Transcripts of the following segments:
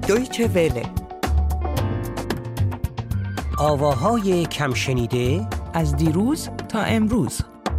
دویچه وله. آواهای کم شنیده از دیروز تا امروز.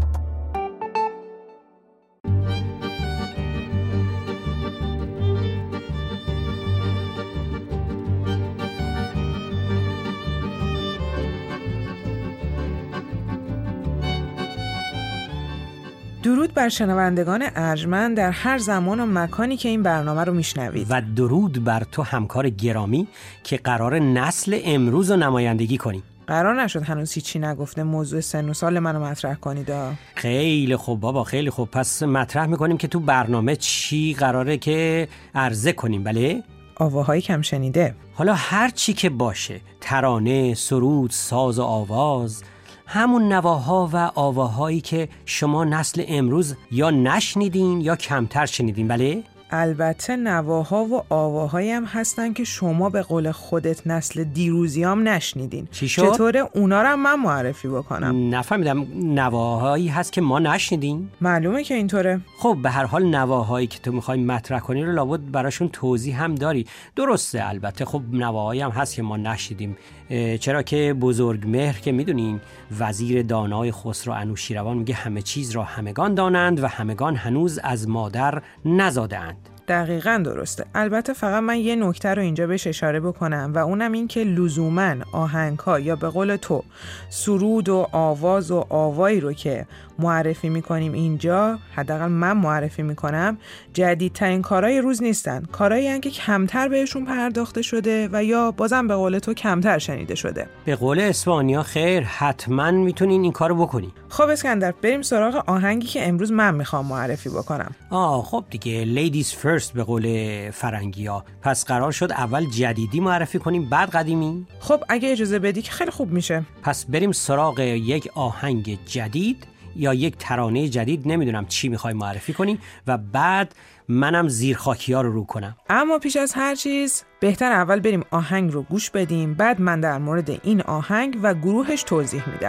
درود بر شنوندگان ارجمند در هر زمان و مکانی که این برنامه رو میشنوید و درود بر تو همکار گرامی که قرار نسل امروز رو نمایندگی کنی. قرار نشد هنوز هیچی نگفته موضوع سن و سال منو مطرح کنید. خیلی خوب بابا، خیلی خوب. پس مطرح میکنیم که تو برنامه چی قراره که عرضه کنیم. بله؟ آواهای کم شنیده. حالا هر چی که باشه، ترانه، سرود، ساز و آواز، همون نواها و آواهایی که شما نسل امروز یا نشنیدین یا کمتر شنیدین. بله؟ البته نواها و آواهایی هم هستن که شما به قول خودت نسل دیروزیام نشنیدین. چی شد؟ چطوره اونا رو من معرفی بکنم؟ نفهمیدم. نواهایی هست که ما نشنیدین؟ معلومه که اینطوره. خب به هر حال نواهایی که تو میخوای مطرح کنی رو لابد براشون توضیح هم داری. درسته، البته خب نواهایی هم هست که ما نشنیدیم، چرا که بزرگمهر که میدونین وزیر دانای خسرو انوشیروان میگه همه چیز را همگان دانند و همگان هنوز از مادر نزادند. دقیقاً درسته. البته فقط من یه نکته رو اینجا بهش اشاره بکنم و اونم این که لزوماً آهنگ‌ها یا به قول تو سرود و آواز و آوایی رو که معرفی میکنیم اینجا، حداقل من معرفی میکنم، جدیدترین کارهای روز نیستن. کارهایی هستن که کمتر بهشون پرداخته شده و یا بازم به قول تو کمتر شنیده شده. به قول اسپانیا خیر، حتما میتونین این کارو بکنی. خب اسکندر، بریم سراغ آهنگی که امروز من میخوام معرفی بکنم. خب دیگه ladies first به قول فرنگی‌ها. پس قرار شد اول جدیدی معرفی کنیم بعد قدیمی؟ خب اگه اجازه بدی که خیلی خوب میشه. پس بریم سراغ یک آهنگ جدید یا یک ترانه جدید، نمیدونم چی میخوای معرفی کنی و بعد منم زیر خاکی‌ها رو کنم. اما پیش از هر چیز بهتر اول بریم آهنگ رو گوش بدیم، بعد من در مورد این آهنگ و گروهش توضیح میدم.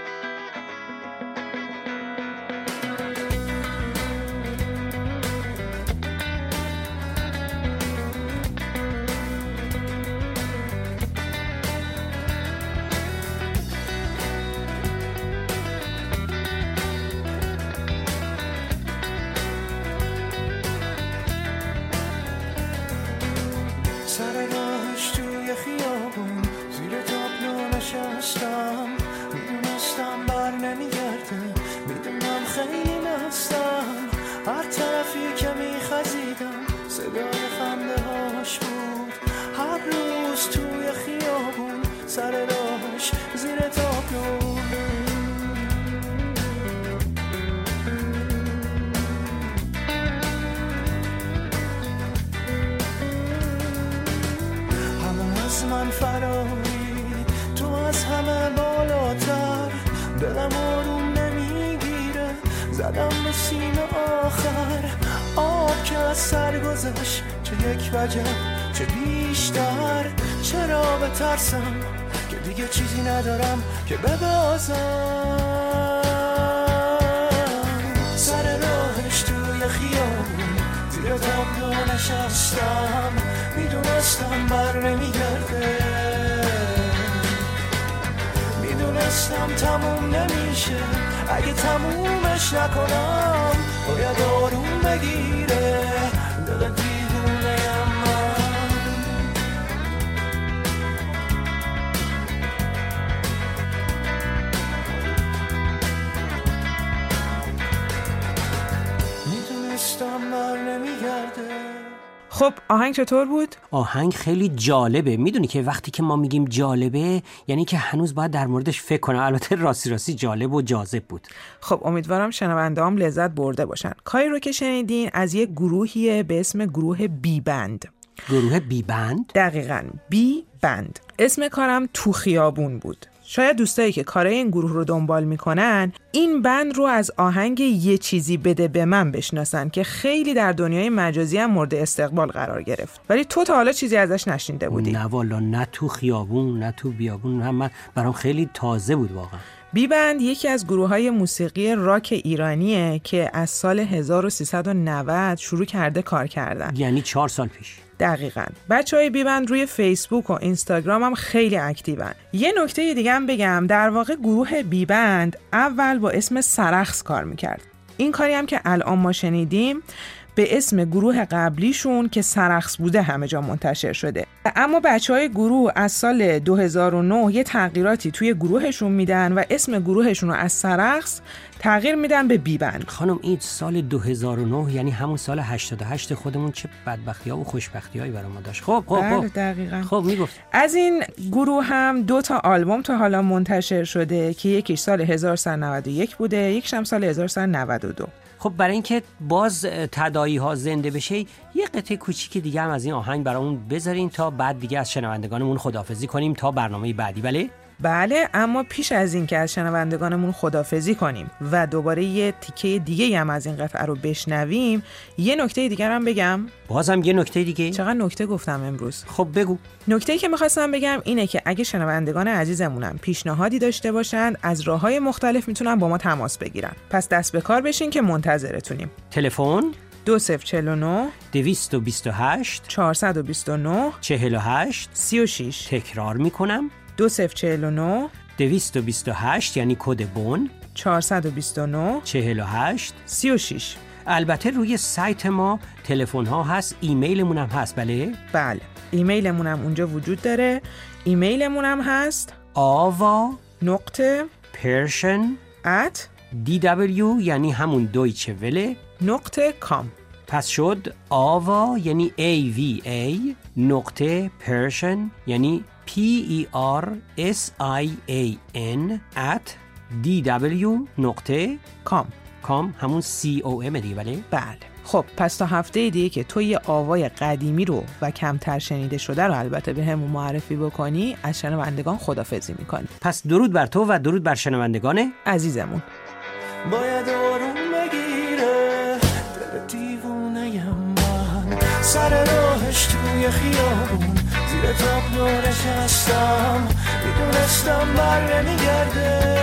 سر راهش توی خیابون زیر تابلو نشستم، میدونستم بر نمیگرده، میدونم خیلی مستم، هر طرفی که میخزیدم صدای خنده هاش بود. هر روز توی خیابون سر راهش زیر تابلو. من فراری تو از همه بالاتر، دلم آروم نمیگیره، زدم به سینه آخر. آب که از سر گذشت، چه یک وجه چه بیشتر. چرا بترسم که دیگه چیزی ندارم که ببازم. سر راهش توی خیابون زیر تابلو نشستم، میدونستم بر نمیگرده، میدونستم تموم نمیشه، اگه تمومش نکنم باید آروم بگیره. دل دیوونه‌ام من. میدونستم بر نمیگرده. خب آهنگ چطور بود؟ آهنگ خیلی جالبه. میدونی که وقتی که ما میگیم جالبه یعنی که هنوز باید در موردش فکر کنم. البته راستی جالب و جاذب بود. خب امیدوارم شنونده‌هام لذت برده باشن. کاری رو که شنیدین از یک گروهیه به اسم گروه بی بند. گروه بی بند؟ دقیقاً، بی بند. اسم کارم تو خیابون بود. شاید دوستایی که کارای این گروه رو دنبال میکنن این بند رو از آهنگ یه چیزی بده به من بشناسن که خیلی در دنیای مجازی هم مورد استقبال قرار گرفت، ولی تو تا حالا چیزی ازش نشنیده بودی؟ نه والا، نه تو خیابون نه تو بیابون. هم من برام خیلی تازه بود واقعا. بی بند یکی از گروه‌های موسیقی راک ایرانیه که از سال 1390 شروع کرده کار کردن. یعنی 4 سال پیش. دقیقاً. بچه‌های بی بند روی فیسبوک و اینستاگرام هم خیلی اکتیون. یه نکته دیگه هم بگم، در واقع گروه بی بند اول با اسم سرخس کار میکرد. این کاری هم که الان ما شنیدیم به اسم گروه قبلیشون که سرخس بوده همه جا منتشر شده. اما بچه‌های گروه از سال 2009 یه تغییراتی توی گروهشون میدن و اسم گروهشون رو از سرخس تغییر میدن به بی بند. خانم این سال 2009 یعنی همون سال 88 خودمون چه بدبختی‌ها و خوشبختی‌هایی برای ما داشت. خب بله دقیقاً. خب میگفت از این گروه هم 2 تا آلبوم تا حالا منتشر شده که یکیش سال 1391 بوده، یکیش هم سال 1392. خب برای اینکه باز تداعی ها زنده بشه یه قطعه کوچیک دیگه هم از این آهنگ برامون بذارین تا بعد دیگه از شنوندگانمون خداحافظی کنیم تا برنامه بعدی. بله، اما پیش از این که از شنوندگانمون خداحافظی کنیم و دوباره یه تیکه دیگه هم از این قطعه رو بشنویم، یه نکته دیگه هم بگم. بازم یه نکته دیگه؟ چقدر نکته گفتم امروز. خب بگو. نکته‌ای که می‌خواستم بگم اینه که اگه شنوندگان عزیزمونم پیشنهادی داشته باشن از راه‌های مختلف میتونن با ما تماس بگیرن. پس دست به کار بشین که منتظرتونیم. تلفن 2049 228 429 48 36. تکرار میکنم 2049 228 یعنی کد بون 429 48 36. البته روی سایت ما تلفن ها هست، ایمیلمون هم هست. بله ایمیلمون هم اونجا وجود داره. ایمیلمون هم هست ava.persian@dw یعنی همون دویچه وله .com. پس شد آوا یعنی ava.persian یعنی persian@dw.com همون COM دیگه. بله. خب پس تا هفته دیگه که تو یه آوای قدیمی رو و کمتر شنیده شده رو البته به همون معرفی بکنی، از شنوندگان خداحافظی میکنی. پس درود بر تو و درود بر شنوندگان عزیزمون. باید آروم بگیره دل دیوونه‌یم من، سر راهش توی خیابون زیر تابلو نشستم، میدونستم بر نمیگرده،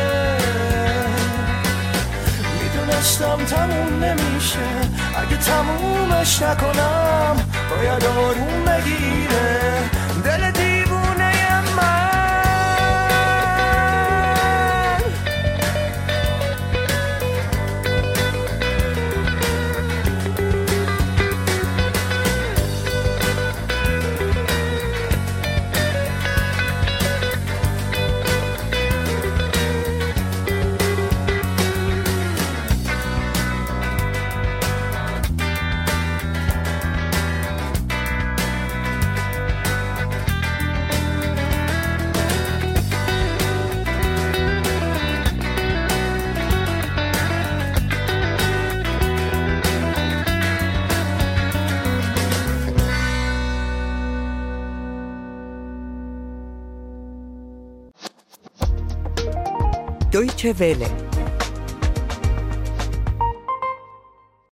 میدونستم تموم نمیشه اگه تمومش نکنم. باید آروم بگیره دل دیوونه‌یم من. Deutsche Welle